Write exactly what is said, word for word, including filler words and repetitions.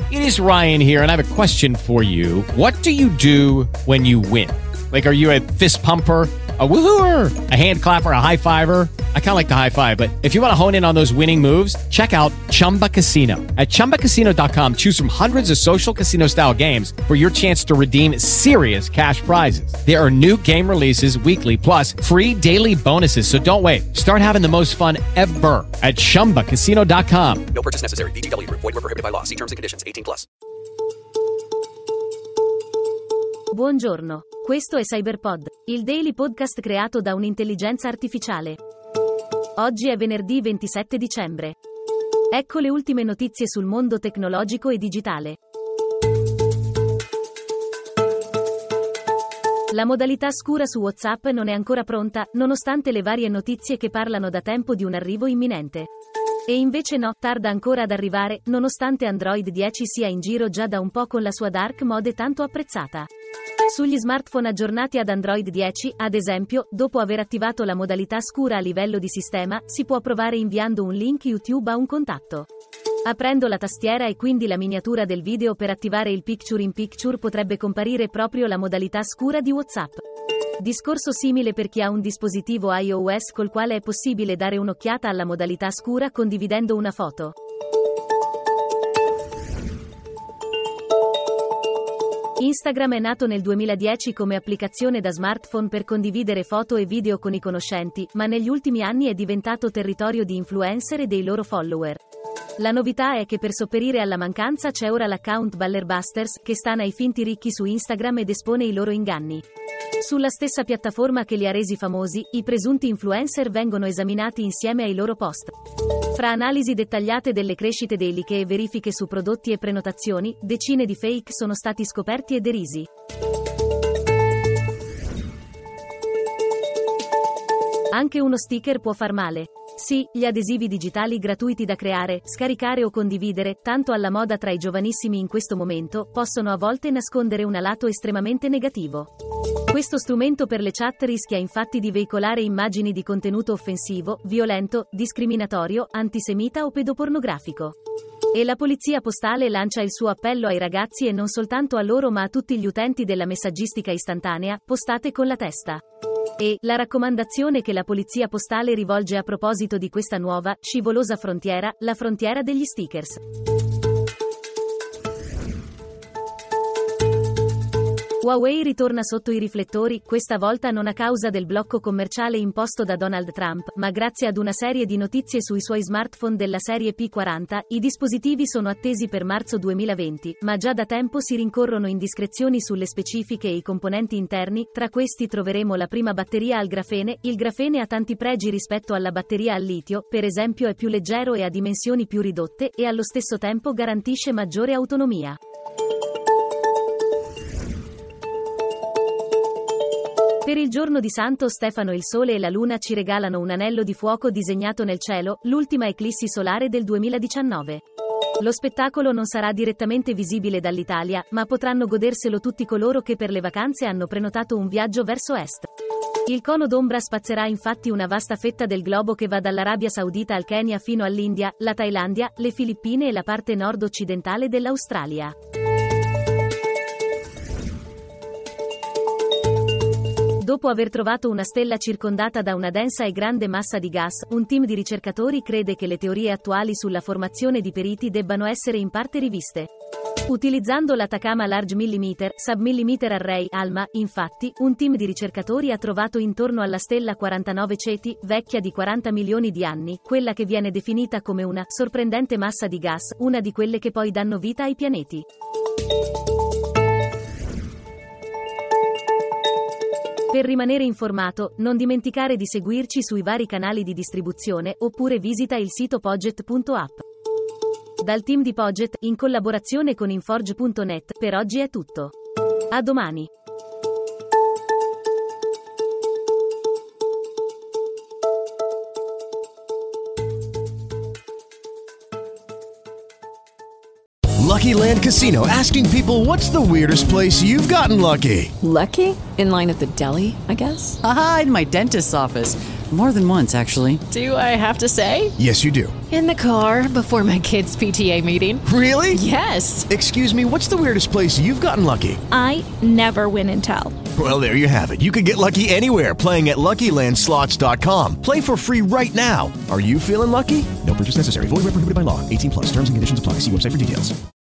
It is Ryan here, and I have a question for you. What do you do when you win? Like, are you a fist pumper, a woohooer, a hand clapper, a high fiver? I kind of like the high five, but if you want to hone in on those winning moves, check out Chumba Casino. At chumba casino dot com, choose from hundreds of social casino style games for your chance to redeem serious cash prizes. There are new game releases weekly, plus free daily bonuses. So don't wait. Start having the most fun ever at chumba casino dot com. No purchase necessary. V G W Group. Void where prohibited by law. See terms and conditions. eighteen plus. Buongiorno. Questo è CyberPod, il daily podcast creato da un'intelligenza artificiale. Oggi è venerdì ventisette dicembre. Ecco le ultime notizie sul mondo tecnologico e digitale. La modalità scura su WhatsApp non è ancora pronta, nonostante le varie notizie che parlano da tempo di un arrivo imminente. E invece no, tarda ancora ad arrivare, nonostante Android dieci sia in giro già da un po' con la sua dark mode tanto apprezzata. Sugli smartphone aggiornati ad Android dieci, ad esempio, dopo aver attivato la modalità scura a livello di sistema, si può provare inviando un link YouTube a un contatto. Aprendo la tastiera e quindi la miniatura del video per attivare il Picture in Picture potrebbe comparire proprio la modalità scura di WhatsApp. Discorso simile per chi ha un dispositivo iOS col quale è possibile dare un'occhiata alla modalità scura condividendo una foto. Instagram è nato nel duemiladieci come applicazione da smartphone per condividere foto e video con i conoscenti, ma negli ultimi anni è diventato territorio di influencer e dei loro follower. La novità è che per sopperire alla mancanza c'è ora l'account Ballerbusters, che stana ai finti ricchi su Instagram ed espone i loro inganni. Sulla stessa piattaforma che li ha resi famosi, i presunti influencer vengono esaminati insieme ai loro post. Fra analisi dettagliate delle crescite dei like e verifiche su prodotti e prenotazioni, decine di fake sono stati scoperti e derisi. Anche uno sticker può far male. Sì, gli adesivi digitali gratuiti da creare, scaricare o condividere, tanto alla moda tra i giovanissimi in questo momento, possono a volte nascondere un lato estremamente negativo. Questo strumento per le chat rischia infatti di veicolare immagini di contenuto offensivo, violento, discriminatorio, antisemita o pedopornografico. E la polizia postale lancia il suo appello ai ragazzi e non soltanto a loro ma a tutti gli utenti della messaggistica istantanea, postate con la testa. E la raccomandazione che la polizia postale rivolge a proposito di questa nuova, scivolosa frontiera, la frontiera degli stickers. Huawei ritorna sotto i riflettori, questa volta non a causa del blocco commerciale imposto da Donald Trump, ma grazie ad una serie di notizie sui suoi smartphone della serie P quaranta. I dispositivi sono attesi per marzo duemilaventi, ma già da tempo si rincorrono indiscrezioni sulle specifiche e i componenti interni. Tra questi troveremo la prima batteria al grafene. Il grafene ha tanti pregi rispetto alla batteria al litio, per esempio è più leggero e ha dimensioni più ridotte, e allo stesso tempo garantisce maggiore autonomia. Per il giorno di Santo Stefano il Sole e la Luna ci regalano un anello di fuoco disegnato nel cielo, l'ultima eclissi solare del duemiladiciannove. Lo spettacolo non sarà direttamente visibile dall'Italia, ma potranno goderselo tutti coloro che per le vacanze hanno prenotato un viaggio verso est. Il cono d'ombra spazzerà infatti una vasta fetta del globo che va dall'Arabia Saudita al Kenya fino all'India, la Thailandia, le Filippine e la parte nord-occidentale dell'Australia. Dopo aver trovato una stella circondata da una densa e grande massa di gas, un team di ricercatori crede che le teorie attuali sulla formazione di periti debbano essere in parte riviste. Utilizzando l'Atacama Large Millimeter Submillimeter Array ALMA, infatti, un team di ricercatori ha trovato intorno alla stella quarantanove Ceti, vecchia di quaranta milioni di anni, quella che viene definita come una sorprendente massa di gas, una di quelle che poi danno vita ai pianeti. Per rimanere informato, non dimenticare di seguirci sui vari canali di distribuzione, oppure visita il sito Poget punto app. Dal team di Poget, in collaborazione con Inforge punto net, per oggi è tutto. A domani. Lucky Land Casino, asking people, what's the weirdest place you've gotten lucky? Lucky? In line at the deli, I guess? Aha, in my dentist's office. More than once, actually. Do I have to say? Yes, you do. In the car before my kids' P T A meeting. Really? Yes. Excuse me, what's the weirdest place you've gotten lucky? I never win and tell. Well, there you have it. You can get lucky anywhere, playing at Lucky Land Slots dot com. Play for free right now. Are you feeling lucky? No purchase necessary. Void where prohibited by law. eighteen plus. Terms and conditions apply. See website for details.